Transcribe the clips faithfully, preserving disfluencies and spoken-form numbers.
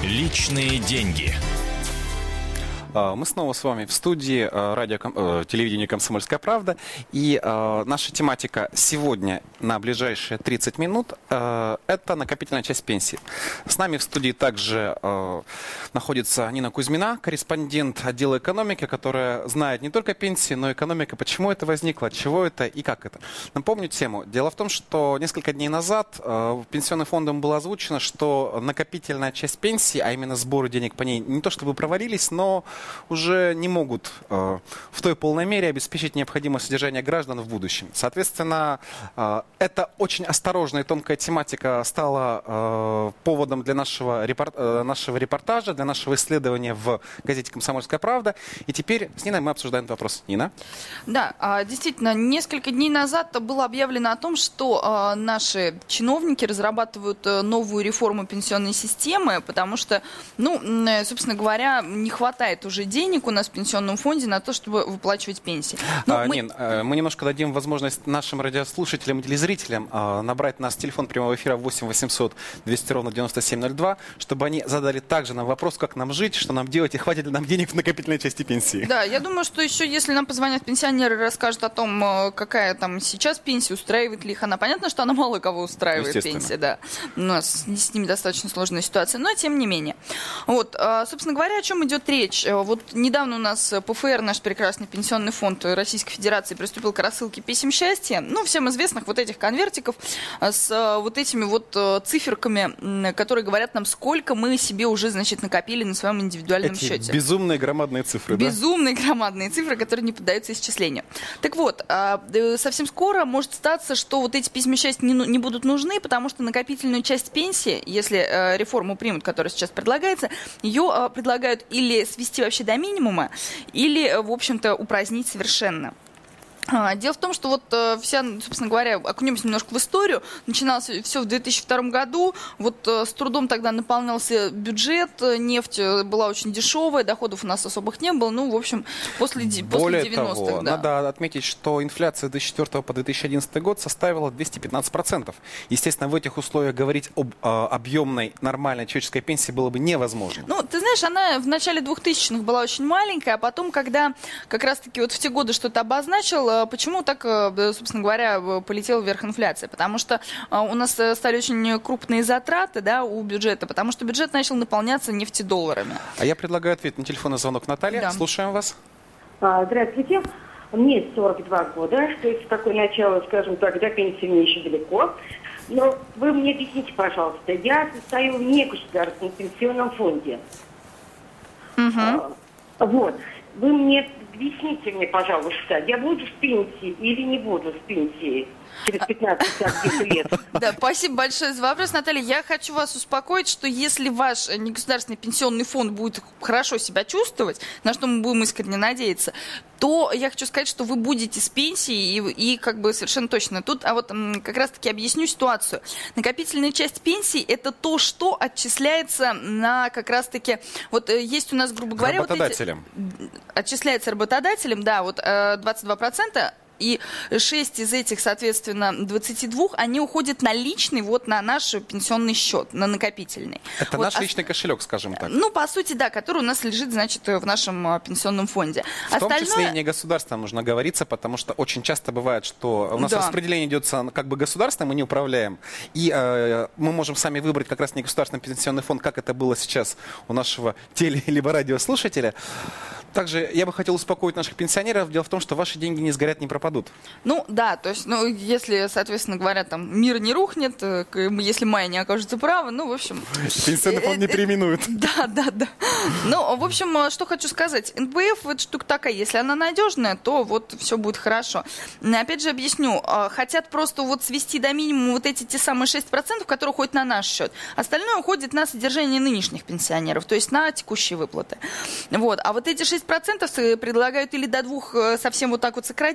Личные деньги. Мы снова с вами в студии радио, э, телевидения «Комсомольская правда». И э, наша тематика сегодня на ближайшие тридцать минут э, – это накопительная часть пенсии. С нами в студии также э, находится Нина Кузьмина, корреспондент отдела экономики, которая знает не только пенсии, но и экономика, почему это возникло, от чего это и как это. Напомню тему. Дело в том, что несколько дней назад э, Пенсионным фондом было озвучено, что накопительная часть пенсии, а именно сборы денег по ней, не то чтобы провалились, но уже не могут э, в той полной мере обеспечить необходимое содержание граждан в будущем. Соответственно, э, эта очень осторожная и тонкая тематика стала э, поводом для нашего, репорт, э, нашего репортажа, для нашего исследования в газете «Комсомольская правда». И теперь с Ниной мы обсуждаем этот вопрос. Нина? Да, действительно, несколько дней назад было объявлено о том, что наши чиновники разрабатывают новую реформу пенсионной системы, потому что, ну, собственно говоря, не хватает уже денег у нас в пенсионном фонде на то, чтобы выплачивать пенсии. А, мы... Нин, мы немножко дадим возможность нашим радиослушателям и телезрителям а, набрать нас телефон прямого эфира восемь восемьсот двести ровно девяносто семь ноль два, чтобы они задали также нам вопрос, как нам жить, что нам делать и хватит ли нам денег в накопительной части пенсии. Да, я думаю, что еще если нам позвонят пенсионеры и расскажут о том, какая там сейчас пенсия, устраивает ли их она. Понятно, что она мало кого устраивает, пенсия, да. У нас с ними достаточно сложная ситуация, но тем не менее. Вот, собственно говоря, о чем идет речь. Вот недавно у нас ПФР, наш прекрасный пенсионный фонд Российской Федерации, приступил к рассылке писем счастья, ну, всем известных вот этих конвертиков с вот этими вот циферками, которые говорят нам, сколько мы себе уже, значит, накопили на своем индивидуальном Эти счете. безумные громадные цифры, Безумные да? громадные цифры, которые не поддаются исчислению. Так вот, совсем скоро может статься, что вот эти письма счастья не, не будут нужны, потому что накопительную часть пенсии, если реформу примут, которая сейчас предлагается, ее предлагают или свести вообще до минимума, или, в общем-то, упразднить совершенно. Дело в том, что вот вся, собственно говоря, окунемся немножко в историю. Начиналось все в две тысячи втором году. Вот с трудом тогда наполнялся бюджет, нефть была очень дешевая, доходов у нас особых не было. Ну, в общем, после, после девяностых. Того, да. Надо отметить, что инфляция с две тысячи четвёртого по две тысячи одиннадцатый год составила двести пятнадцать процентов. Естественно, в этих условиях говорить об э, объемной нормальной человеческой пенсии было бы невозможно. Ну, ты знаешь, она в начале двухтысячных была очень маленькая, а потом, когда как раз-таки вот в те годы что-то обозначил, почему так, собственно говоря, полетела вверх инфляция? Потому что у нас стали очень крупные затраты, да, у бюджета, потому что бюджет начал наполняться нефтедолларами. А я предлагаю ответить на телефонный звонок Наталья. Да. Слушаем вас. Здравствуйте. Мне сорок два года, то есть такое начало, скажем так, до пенсии мне еще далеко. Но вы мне объясните, пожалуйста, я состою в негосударственном пенсионном фонде. Угу. А, вот. Вы мне объясните мне, пожалуйста, я буду в пенсии или не буду в пенсии через пятнадцать лет? Да, спасибо большое за вопрос, Наталья. Я хочу вас успокоить, что если ваш негосударственный пенсионный фонд будет хорошо себя чувствовать, на что мы будем искренне надеяться, то я хочу сказать, что вы будете с пенсией и, и как бы совершенно точно. Тут, а вот как раз-таки объясню ситуацию. Накопительная часть пенсии – это то, что отчисляется на как раз-таки, вот есть у нас, грубо говоря, работодателям. Вот эти, отчисляется работодателям, да, вот двадцать два процента. И шесть из этих, соответственно, двадцати двух, они уходят на личный, вот на наш пенсионный счет, на накопительный. Это вот, наш а... личный кошелек, скажем так. Ну, по сути, да, который у нас лежит, значит, в нашем пенсионном фонде. В Остальное... том числе и не государственным нужно говориться, потому что очень часто бывает, что у нас да. распределение идет как бы государственное, мы не управляем, и э, мы можем сами выбрать как раз не государственный пенсионный фонд, как это было сейчас у нашего теле- либо радиослушателя. Также я бы хотел успокоить наших пенсионеров. Дело в том, что ваши деньги не сгорят, не пропадут. Ну, да, то есть, ну, если, соответственно говоря, там, мир не рухнет, если Майя не окажется права, ну, в общем... Пенсионный фонд не переименует. Да, да, да. Ну, в общем, что хочу сказать. эн пэ эф, это штука такая, если она надежная, то вот все будет хорошо. Опять же объясню. Хотят просто вот свести до минимума вот эти те самые шесть процентов, которые уходят на наш счет. Остальное уходит на содержание нынешних пенсионеров, то есть на текущие выплаты. Вот. А вот эти шесть процентов предлагают или до двух совсем вот так вот сократить, оставить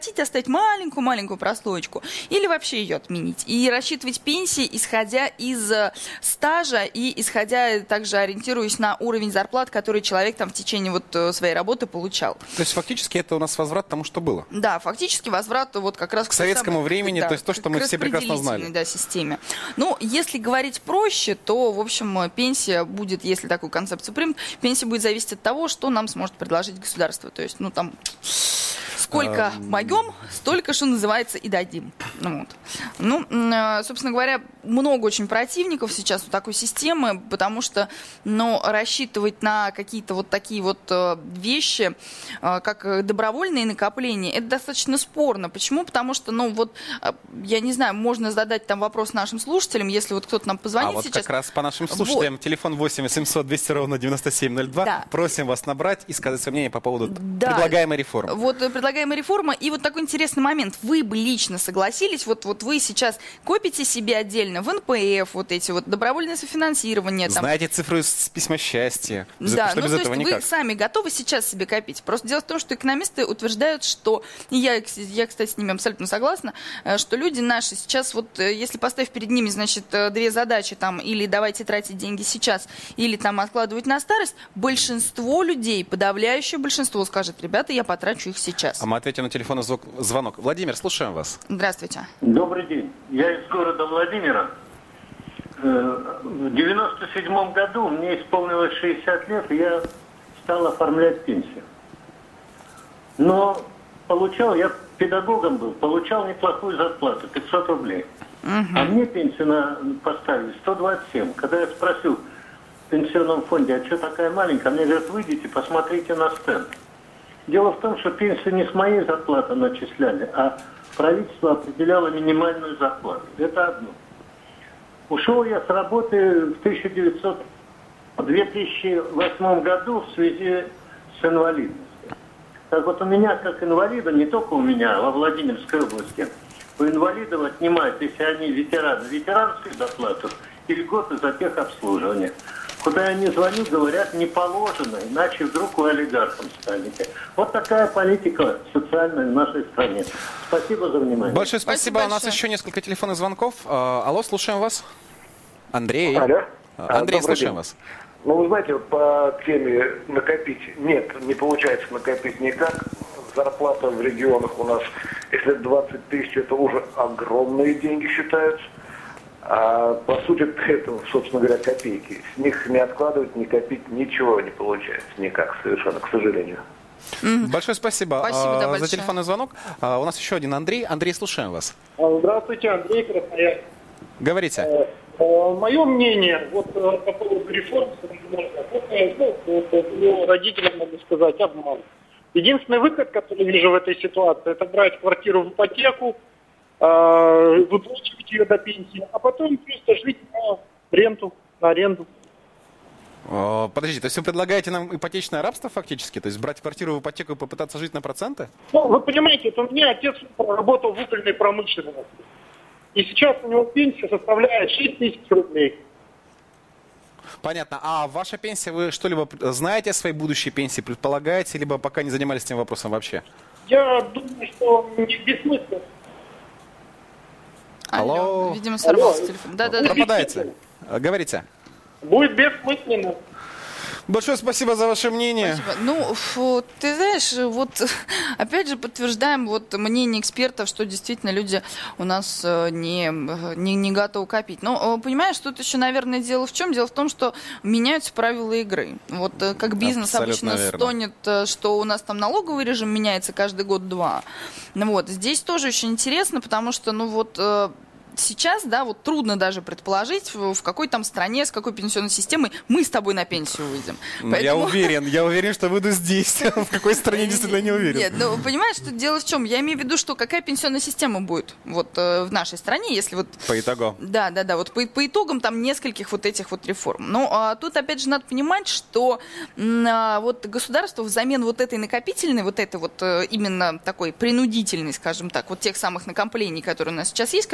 взять маленькую-маленькую прослоечку или вообще ее отменить. И рассчитывать пенсии, исходя из стажа и исходя также ориентируясь на уровень зарплат, который человек там в течение вот своей работы получал. То есть фактически это у нас возврат к тому, что было? Да, фактически возврат вот как раз к, к советскому самой, времени, да, то есть то, что мы все прекрасно знали. Да, системе. Ну, если говорить проще, то, в общем, пенсия будет, если такую концепцию примут, пенсия будет зависеть от того, что нам сможет предложить государство. То есть, ну, там... Сколько могем, столько, что называется, и дадим. Вот. Ну, собственно говоря, много очень противников сейчас у такой системы, потому что, ну, рассчитывать на какие-то вот такие вот вещи, как добровольные накопления, это достаточно спорно. Почему? Потому что, ну, вот, я не знаю, можно задать там вопрос нашим слушателям, если вот кто-то нам позвонит а вот сейчас. как раз по нашим слушателям, вот. Телефон восемь восемьсот двести ровно девяносто семь ноль два. Да. Просим вас набрать и сказать свое мнение по поводу да. предлагаемой реформы. Вот предлагаемая реформа. И вот такой интересный момент. Вы бы лично согласились, вот, вот вы сейчас копите себе отдельно в эн пэ эф вот эти вот добровольное софинансирование. Там. Знаете цифру из письма счастья. Да, что ну без то этого есть никак. Вы сами готовы сейчас себе копить. Просто дело в том, что экономисты утверждают, что, и я, я, кстати, с ними абсолютно согласна, что люди наши сейчас, вот если поставить перед ними, значит, две задачи, там, или давайте тратить деньги сейчас, или там откладывать на старость, большинство людей, подавляющее большинство скажет, ребята, я потрачу их сейчас. А мы ответим на телефонный звонок. Владимир, слушаем вас. Здравствуйте. Добрый день. Я из города Владимира. В девяносто седьмом году мне исполнилось шестьдесят лет, и я стал оформлять пенсию. Но получал, я педагогом был, получал неплохую зарплату, пятьсот рублей. Угу. А мне пенсию на, поставили сто двадцать семь. Когда я спросил в пенсионном фонде, а что такая маленькая, мне говорят, выйдите, посмотрите на стенд. Дело в том, что пенсию не с моей зарплаты начисляли, а правительство определяло минимальную зарплату. Это одно. Ушел я с работы в тысяча девятьсот две тысячи восьмом году в связи с инвалидностью. Так вот у меня, как инвалида, не только у меня, а во Владимирской области, у инвалидов отнимают, если они ветераны, ветеранскую зарплату и льготы за техобслуживание. Куда я не звоню, говорят, не положено, иначе вдруг вы олигархом станете. Вот такая политика социальная в нашей стране. Спасибо за внимание. Большое спасибо. спасибо У нас еще несколько телефонных звонков. Алло, слушаем вас. Андрей. Алло. Андрей, Добрый слушаем день. вас. Ну, вы знаете, по теме накопить, нет, не получается накопить никак. Зарплата в регионах у нас, если двадцать тысяч, это уже огромные деньги считаются. А по сути это, собственно говоря, копейки. С них не откладывать, не копить, ничего не получается никак, совершенно, к сожалению. Mm-hmm. Большое спасибо, спасибо да, а, за телефонный звонок. А, у нас еще один Андрей. Андрей, слушаем вас. Здравствуйте, Андрей Красноярск. Говорите. Мое мнение вот по поводу реформ, ну, родителям могу сказать, обман. Единственный выход, который вижу в этой ситуации, это брать квартиру в ипотеку, выплачивать ее до пенсии, а потом просто жить на ренту, на аренду. О, подождите, то есть вы предлагаете нам ипотечное рабство фактически? То есть брать квартиру в ипотеку и попытаться жить на проценты? Ну, вы понимаете, это у меня отец работал в угольной промышленности. И сейчас у него пенсия составляет шесть тысяч рублей. Понятно. А ваша пенсия, вы что-либо знаете о своей будущей пенсии, предполагаете, либо пока не занимались этим вопросом вообще? Я думаю, что не бессмысленно. Алло. Алло. Видимо, сорвался Алло. телефон. Да, да, да. Пропадаете. Говорите. Будет бессмысленно. Большое спасибо за ваше мнение. Спасибо. Ну, фу, ты знаешь, вот опять же подтверждаем вот мнение экспертов, что действительно люди у нас не, не, не готовы копить. Но, понимаешь, тут еще, наверное, дело в чем? Дело в том, что меняются правила игры. Вот как бизнес Абсолютно обычно верно. стонет, что у нас там налоговый режим меняется каждый год-два. Вот. Здесь тоже очень интересно, потому что, ну вот... Сейчас, да, вот трудно даже предположить, в какой там стране, с какой пенсионной системой мы с тобой на пенсию выйдем. Поэтому... Я уверен, я уверен, что выйду здесь. В какой стране действительно не уверен. Нет, ну, понимаешь, что дело в чем? Я имею в виду, что какая пенсионная система будет вот э, в нашей стране, если вот... По итогам. Да, да, да, вот по, по итогам там нескольких вот этих вот реформ. Но а, тут, опять же, надо понимать, что а, вот государство взамен вот этой накопительной, вот этой вот именно такой принудительной, скажем так, вот тех самых накоплений, которые у нас сейчас есть, которые числяются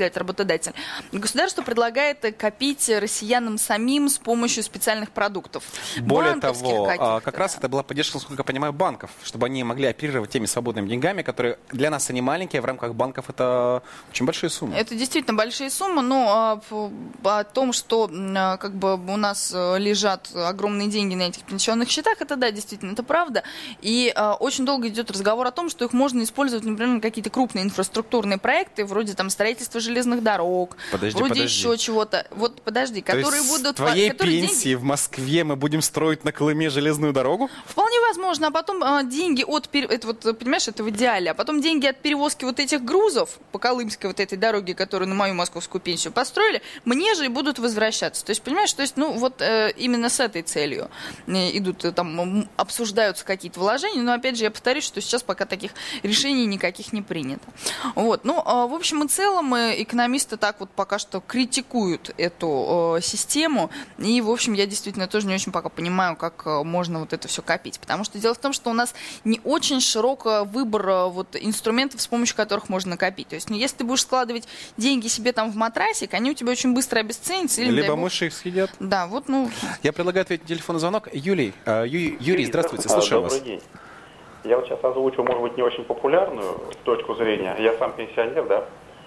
предлагает работодатель. Государство предлагает копить россиянам самим с помощью специальных продуктов. Более того, каких-то, как да. раз это была поддержка, насколько я понимаю, банков, чтобы они могли оперировать теми свободными деньгами, которые для нас они маленькие, а в рамках банков это очень большие суммы. Это действительно большие суммы, но о том, что как бы у нас лежат огромные деньги на этих пенсионных счетах, это да, действительно, это правда. И очень долго идет разговор о том, что их можно использовать, например, на какие-то крупные инфраструктурные проекты, вроде там строительства железных дорог, подожди, вроде подожди. еще чего-то. Вот подожди, То которые есть будут... с твоей которые пенсии деньги... в Москве мы будем строить на Колыме железную дорогу? Вполне возможно, а потом а, деньги от, пере- это вот, понимаешь, это в идеале, а потом деньги от перевозки вот этих грузов по Колымской вот этой дороге, которую на мою московскую пенсию построили, мне же и будут возвращаться. То есть, понимаешь, то есть, ну, вот э, именно с этой целью э, идут, э, там, м, обсуждаются какие-то вложения, но, опять же, я повторюсь, что сейчас пока таких решений никаких не принято. Вот, ну, э, в общем и целом, э, экономисты так вот пока что критикуют эту э, систему, и, в общем, я действительно тоже не очень пока понимаю, как э, можно вот это все копить, потому что дело в том, что у нас не очень широкий выбор э, вот, инструментов, с помощью которых можно накопить. То есть, ну, если ты будешь складывать деньги себе там в матрасик, они у тебя очень быстро обесценятся. Или, Либо мыши их съедят. Да, вот, ну... Я предлагаю ответить на телефонный звонок. Юлий, э, Ю, Юрий, здравствуйте, слушаю Добрый вас. день. Я вот сейчас озвучу, может быть, не очень популярную точку зрения. Я сам пенсионер, да.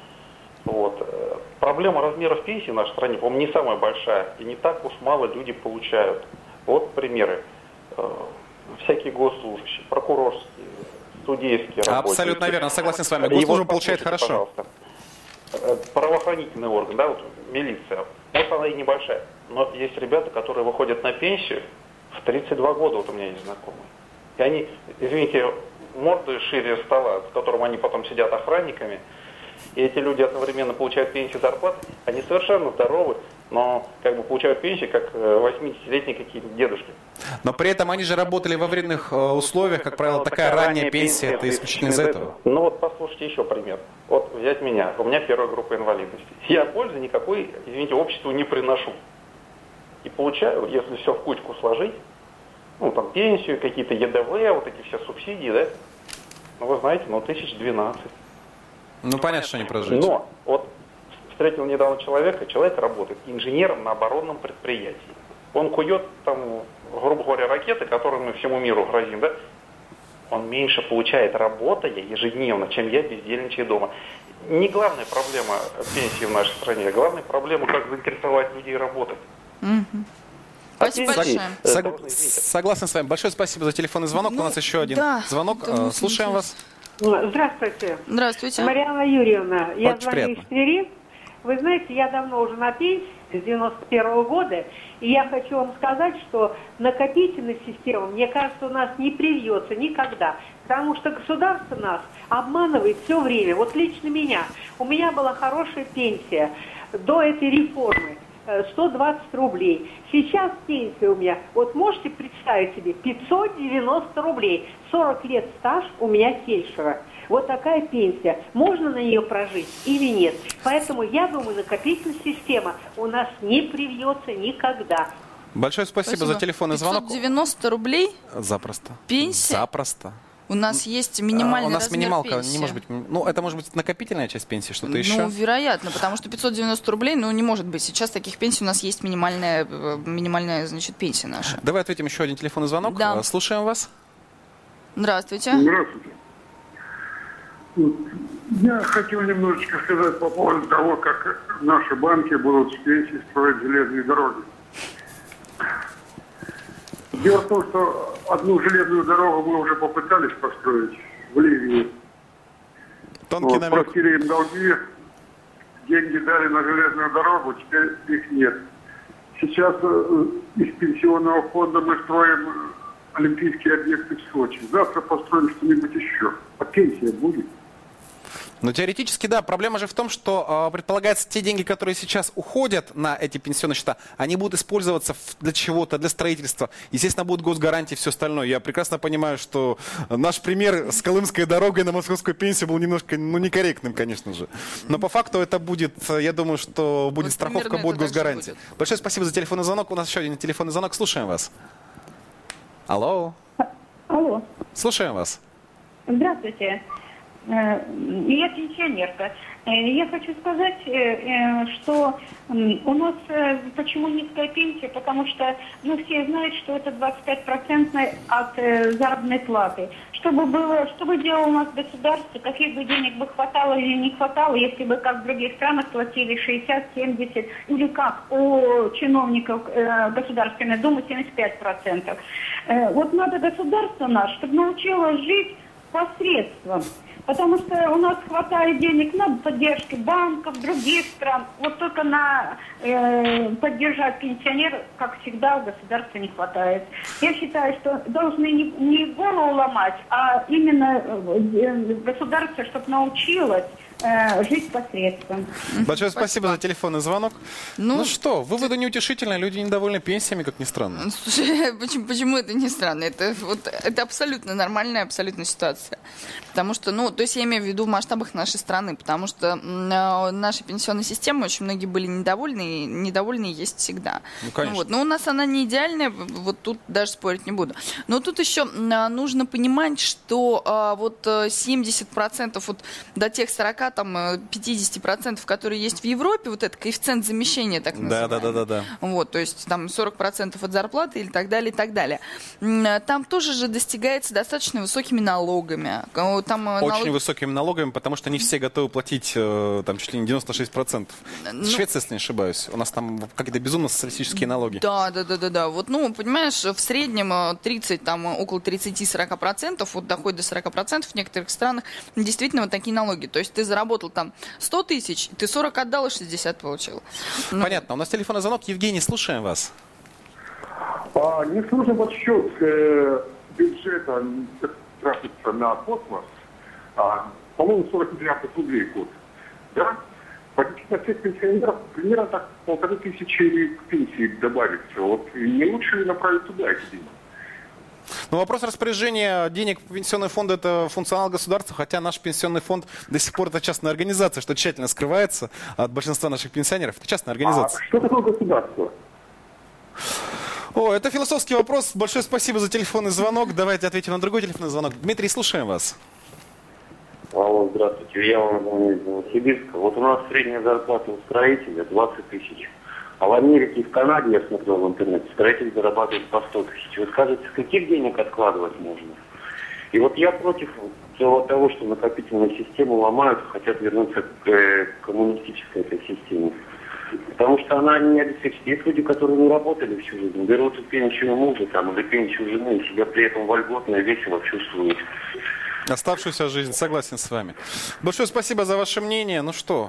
Вот. Проблема размеров пенсии в нашей стране, по-моему, не самая большая. И не так уж мало люди получают. Вот примеры. Всякие госслужащие, прокурорские, судейские работники. Абсолютно верно, согласен с вами. И Госслужба вот получает хорошо. Пожалуйста. Правоохранительный орган, да, вот милиция. Может, она и небольшая. Но есть ребята, которые выходят на пенсию в тридцать два года, вот у меня есть знакомые. И они, извините, морды шире стола, с которым они потом сидят охранниками. И эти люди одновременно получают пенсию, зарплаты. Они совершенно здоровы, но как бы получают пенсию, как восьмидесятилетние какие-то дедушки. Но при этом они же работали во вредных условиях, как правило, такая, такая ранняя пенсия, это исключительно из-за этого. Ну вот послушайте еще пример. Вот взять меня, у меня первая группа инвалидности. Я пользы никакой, извините, обществу не приношу. И получаю, если все в кучку сложить, ну там пенсию, какие-то Е Д В, вот эти все субсидии, да, ну вы знаете, ну тысяч двенадцать. Ну понятно, что не прожить. Но вот встретил недавно человека, человек работает инженером на оборонном предприятии. Он кует там, грубо говоря, ракеты, которыми мы всему миру грозим, да? Он меньше получает, работая ежедневно, чем я, бездельничая дома. Не главная проблема пенсии в нашей стране, а главная проблема, как заинтересовать людей работать. Mm-hmm. Спасибо большое. Сог... Согласен с вами. Большое спасибо за телефонный звонок. Ну, у нас еще один да, звонок. Слушаем вас. Здравствуйте. Здравствуйте. Марьяна Юрьевна, я Очень звоню приятно. из Твери. Вы знаете, я давно уже на пенсии, с девяносто первого года, и я хочу вам сказать, что накопительная система, мне кажется, у нас не привьется никогда, потому что государство нас обманывает все время. Вот лично меня. У меня была хорошая пенсия до этой реформы. сто двадцать рублей. Сейчас пенсия у меня, вот можете представить себе, пятьсот девяносто рублей. сорок лет стаж у меня фельдшера. Вот такая пенсия. Можно на нее прожить или нет? Поэтому я думаю, накопительная система у нас не привьется никогда. Большое спасибо, спасибо. за телефонный звонок. пятьсот девяносто рублей? Запросто. Пенсия? Запросто. У нас есть минимальный а, у нас размер минималка пенсии. Не может быть, ну, это может быть накопительная часть пенсии, что-то ну, еще? Ну, вероятно, потому что пятьсот девяносто рублей, ну, не может быть. Сейчас таких пенсий у нас есть минимальная, минимальная, значит, пенсия наша. Давай ответим еще один телефонный звонок. Да. Слушаем вас. Здравствуйте. Здравствуйте. Я хотел немножечко сказать по поводу того, как наши банки будут с пенсии строить железные дороги. Дело в том, что одну железную дорогу мы уже попытались построить в Ливии. Тонкий вот, просили им долги, деньги дали на железную дорогу, теперь их нет. Сейчас э, из пенсионного фонда мы строим олимпийские объекты в Сочи. Завтра построим что-нибудь еще. А пенсия будет? Ну, теоретически, да. Проблема же в том, что э, предполагается, те деньги, которые сейчас уходят на эти пенсионные счета, они будут использоваться для чего-то, для строительства. Естественно, будут госгарантии и все остальное. Я прекрасно понимаю, что наш пример с Колымской дорогой на московскую пенсию был немножко, ну, некорректным, конечно же. Но по факту это будет, я думаю, что будет вот страховка, будет госгарантия. Будет. Большое спасибо за телефонный звонок. У нас еще один телефонный звонок. Слушаем вас. Алло. Алло. Слушаем вас. Здравствуйте. Я пенсионерка. Я хочу сказать, что у нас почему низкая пенсия, потому что ну, все знают, что это двадцать пять процентов от заработной платы. Чтобы было, что бы делало у нас государство, каких бы денег бы хватало или не хватало, если бы, как в других странах, платили шестьдесят-семьдесят, или как у чиновников Государственной Думы семьдесят пять процентов. Вот надо государство наше, чтобы научилось жить посредством. Потому что у нас хватает денег на поддержку банков, других стран. Вот только на э, поддержать пенсионеров, как всегда, у государства не хватает. Я считаю, что должны не, не голову ломать, а именно э, государство, чтобы научилось э, жить посредством. Большое спасибо за телефонный звонок. Ну, ну что, выводы неутешительные, люди недовольны пенсиями, как ни странно. Слушай, почему, почему это не странно? Это, вот, это абсолютно нормальная абсолютно ситуация. Потому что, ну, то есть я имею в виду в масштабах нашей страны, потому что э, нашей пенсионной системой очень многие были недовольны, и недовольны есть всегда. Ну, конечно. Вот. Но у нас она не идеальная, вот тут даже спорить не буду. Но тут еще э, нужно понимать, что э, вот семьдесят процентов вот, до тех сорока, там, пятьдесят процентов, которые есть в Европе, вот этот коэффициент замещения, так называемый. Да, да, да, да, да. Вот, то есть там сорок процентов от зарплаты или так далее, и так далее. Там тоже же достигается достаточно высокими налогами. Там Очень налог... высокими налогами, потому что не все готовы платить там чуть ли не девяносто шесть процентов. Ну, Швеция, если не ошибаюсь. У нас там какие-то безумно социалистические налоги. Да, да, да, да, да. Вот, ну, понимаешь, в среднем тридцать, там, около тридцать-сорок процентов, вот доходит до сорок процентов в некоторых странах, действительно вот такие налоги. То есть ты заработал там сто тысяч, ты сорок отдал и шестьдесят получил. Ну... Понятно. У нас телефонный звонок. Евгений, слушаем вас. А, не слушаем подсчет э, бюджета тратится на космос. А, по-моему, сорок миллиардов рублей в год. Да? Почти на всех пенсионеров примерно так полторы тысячи к пенсии добавится. Вот не лучше ли направить туда эти деньги? Ну, вопрос распоряжения денег по пенсионному фонду – это функционал государства, хотя наш пенсионный фонд до сих пор это частная организация, что тщательно скрывается от большинства наших пенсионеров. Это частная организация. А что такое государство? О, это философский вопрос. Большое спасибо за телефонный звонок. Давайте ответим на другой телефонный звонок. Дмитрий, слушаем вас. Алло, здравствуйте. Я вам звоню из Новосибирска. Вот у нас средняя зарплата у строителя двадцать тысяч. А в Америке и в Канаде, я смотрел в интернете, строитель зарабатывает по сто тысяч. Вы скажете, с каких денег откладывать можно? И вот я против того, что накопительную систему ломают, хотят вернуться к э, коммунистической этой системе. Потому что она не обеспечит. Есть люди, которые не работали всю жизнь, берут пенсию мужа там, или пенсию жены, и себя при этом вольготно и весело чувствуют. Оставшуюся жизнь, согласен с вами. Большое спасибо за ваше мнение. Ну что?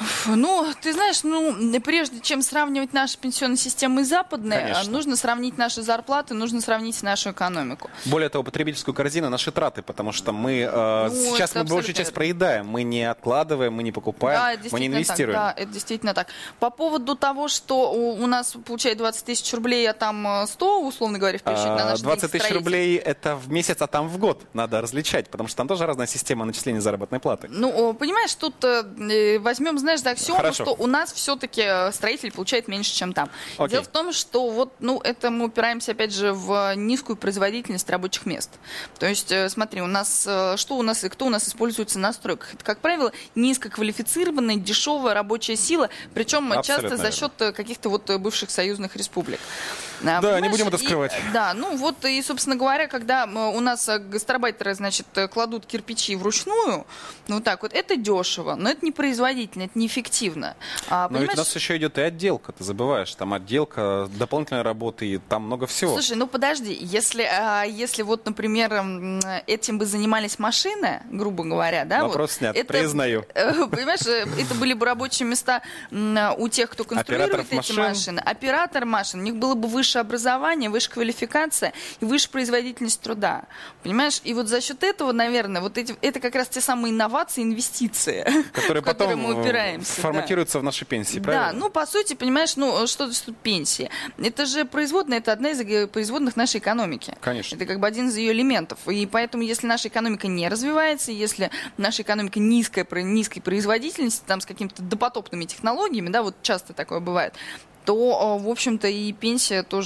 Ну, ты знаешь, ну, прежде чем сравнивать наши пенсионные системы и западные, Конечно. нужно сравнить наши зарплаты, нужно сравнить нашу экономику. Более того, потребительскую корзину, наши траты, потому что мы э, Ну, сейчас это мы большую часть проедаем, мы не откладываем, мы не покупаем, Да, это мы не действительно инвестируем. так, да, это действительно так. По поводу того, что у, у нас получает двадцать тысяч рублей, а там сто, условно говоря, в пересчете на наши двадцать деньги тысяч строителей. рублей это в месяц, а там в год. Надо различать, потому что там тоже разная система начисления заработной платы. Ну, понимаешь, тут э, возьмем, знаешь, за аксиому, Хорошо. что у нас все-таки строитель получает меньше, чем там. Окей. Дело в том, что вот, ну, это мы упираемся, опять же, в низкую производительность рабочих мест. То есть, э, смотри, у нас, э, что у нас и кто у нас используется на стройках? Это, как правило, низкоквалифицированная, дешевая рабочая сила, причем Абсолютно часто за счет э, каких-то вот э, бывших союзных республик. А, Да, понимаешь? не будем это И, скрывать. да, ну вот, и, собственно говоря, когда э, у нас э, гастарбайтеры, значит, э, кладут кирпичи вручную, ну так вот, это дешево, но это не производительно, это неэффективно. А, Но ведь у понимаешь? нас еще идет и отделка, ты забываешь. Там отделка, дополнительной работы, и там много всего. Слушай, ну подожди, если, а, если вот, например, м, этим бы занимались машины, грубо говоря, да? Вопрос вот, снят, это, признаю. э, Понимаешь, э, это были бы рабочие места м, у тех, кто конструирует Операторов эти машин. машины. Оператор машин, у них было бы высшее образование, выше квалификация и выше производительность труда. Понимаешь? И вот за счет этого, наверное, вот эти, это как раз те самые инновации, инвестиции, Которые в которые потом мы упираемся. форматируются в наши пенсии, правильно? Да, ну, по сути, понимаешь, ну, что тут пенсии? Это же производная, это одна из производных нашей экономики. Конечно. Это как бы один из ее элементов. И поэтому, если наша экономика не развивается, если наша экономика низкая, низкой производительности, там, с какими-то допотопными технологиями, да, вот часто такое бывает, то, в общем-то, и пенсия тоже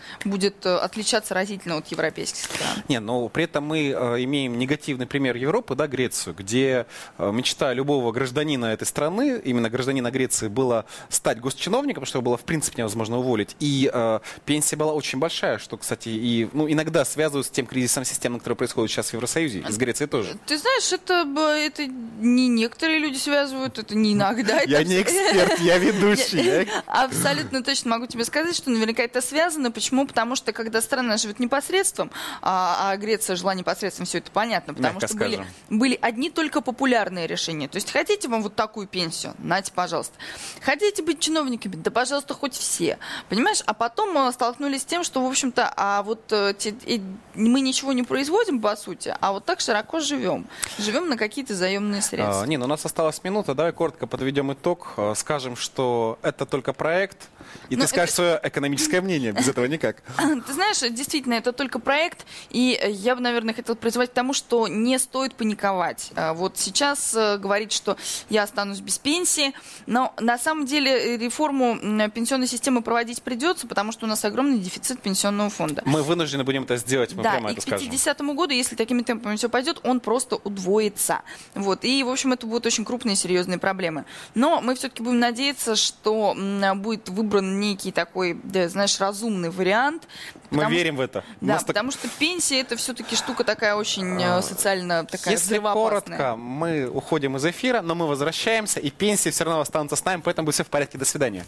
будет отличаться разительно от европейских стран. Не, но при этом мы э, имеем негативный пример Европы, да, Грецию, где э, мечта любого гражданина этой страны, именно гражданина Греции, была стать госчиновником, что было в принципе невозможно уволить. И э, пенсия была очень большая, что, кстати, и ну, иногда связывают с тем кризисом системным, который происходит сейчас в Евросоюзе, и с Грецией тоже. Ты знаешь, это, это не некоторые люди связывают, это не иногда. Я не эксперт, я ведущий. Абсолютно точно могу тебе сказать, что наверняка это связано. Почему? Потому что когда страна живет непосредством, а, а Греция жила непосредством, все это понятно, потому Мягко что были, скажем. были одни только популярные решения. То есть хотите вам вот такую пенсию? Нате, пожалуйста. Хотите быть чиновниками? Да, пожалуйста, хоть все. Понимаешь? А потом мы столкнулись с тем, что, в общем-то, а вот э, те, э, мы ничего не производим, по сути, а вот так широко живем. Живем на какие-то заемные средства. А, Нина, у нас осталась минута, давай коротко подведем итог, а, скажем, что это только проект, и Но ты скажешь это... свое экономическое мнение, без этого никак. Ты знаешь, действительно, это только проект, и я бы, наверное, хотела призывать к тому, что не стоит паниковать. Вот сейчас говорить, что я останусь без пенсии, но на самом деле реформу пенсионной системы проводить придется, потому что у нас огромный дефицит пенсионного фонда. Мы вынуждены будем это сделать, мы да, прямо и это к скажем. пятидесятому году, если такими темпами все пойдет, он просто удвоится. Вот. И, в общем, это будут очень крупные, серьезные проблемы. Но мы все-таки будем надеяться, что будет выбран некий такой, да, знаешь, разумный вариант. Мы верим что, в это. Да, так... потому что пенсия это все-таки штука такая очень а, социально такая Если коротко, мы уходим из эфира, но мы возвращаемся, и пенсия все равно останутся с нами, поэтому будет все в порядке. До свидания.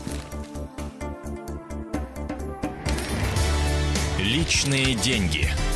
Личные деньги.